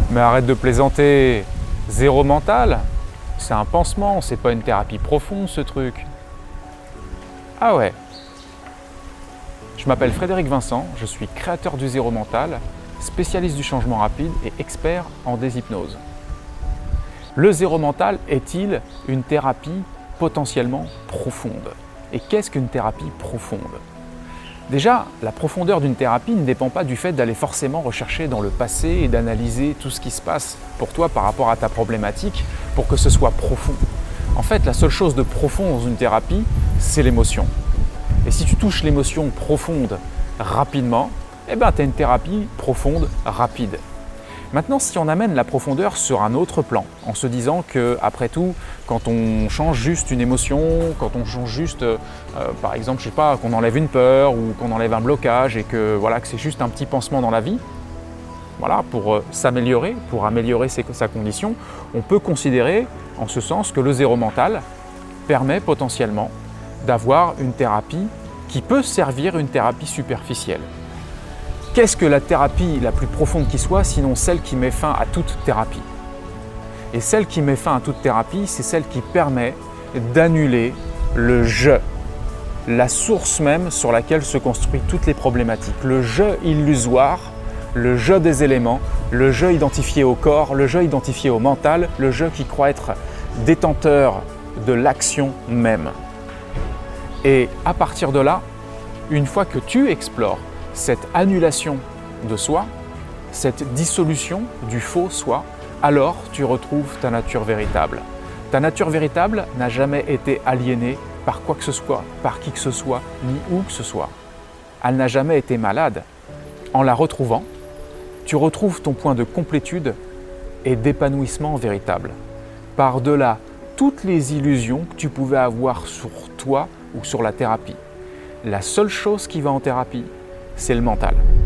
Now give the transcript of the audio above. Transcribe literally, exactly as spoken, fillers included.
Mais arrête de plaisanter. Zéro mental, c'est un pansement, c'est pas une thérapie profonde ce truc. Ah ouais. Je m'appelle Frédéric Vincent, je suis créateur du Zéro Mental, spécialiste du changement rapide et expert en déshypnose. Le Zéro Mental est-il une thérapie potentiellement profonde? Et qu'est-ce qu'une thérapie profonde? Déjà, la profondeur d'une thérapie ne dépend pas du fait d'aller forcément rechercher dans le passé et d'analyser tout ce qui se passe pour toi par rapport à ta problématique pour que ce soit profond. En fait, la seule chose de profond dans une thérapie, c'est l'émotion. Et si tu touches l'émotion profonde rapidement, eh ben, tu as une thérapie profonde rapide. Maintenant, si on amène la profondeur sur un autre plan, en se disant que, après tout, quand on change juste une émotion, quand on change juste, euh, par exemple, je sais pas, qu'on enlève une peur ou qu'on enlève un blocage et que voilà, que c'est juste un petit pansement dans la vie, voilà, pour euh, s'améliorer, pour améliorer ses, sa condition, on peut considérer, en ce sens, que le zéro mental permet potentiellement d'avoir une thérapie qui peut servir une thérapie superficielle. Qu'est-ce que la thérapie la plus profonde qui soit, sinon celle qui met fin à toute thérapie? Et celle qui met fin à toute thérapie, c'est celle qui permet d'annuler le « je », la source même sur laquelle se construisent toutes les problématiques. Le « je » illusoire, le « je » des éléments, le « je » identifié au corps, le « je » identifié au mental, le « je » qui croit être détenteur de l'action même. Et à partir de là, une fois que tu explores cette annulation de soi, cette dissolution du faux soi, alors tu retrouves ta nature véritable. Ta nature véritable n'a jamais été aliénée par quoi que ce soit, par qui que ce soit, ni où que ce soit. Elle n'a jamais été malade. En la retrouvant, tu retrouves ton point de complétude et d'épanouissement véritable. Par-delà toutes les illusions que tu pouvais avoir sur toi ou sur la thérapie. La seule chose qui va en thérapie, c'est le mental.